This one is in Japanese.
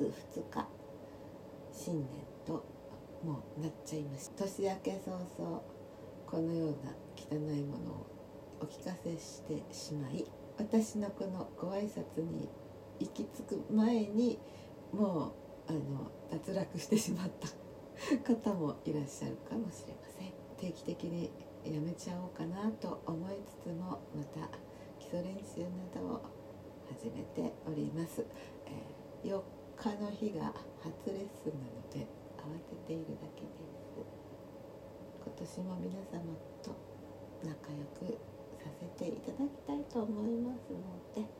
2日新年ともうなっちゃいました。年明け早々このような汚いものをお聞かせしてしまい、私のこのご挨拶に行き着く前にもう脱落してしまった方もいらっしゃるかもしれません。定期的にやめちゃおうかなと思いつつも、また基礎練習などを始めております。4日の日が初レッスンなので慌てているだけです。今年も皆様と仲良くさせていただきたいと思いますので、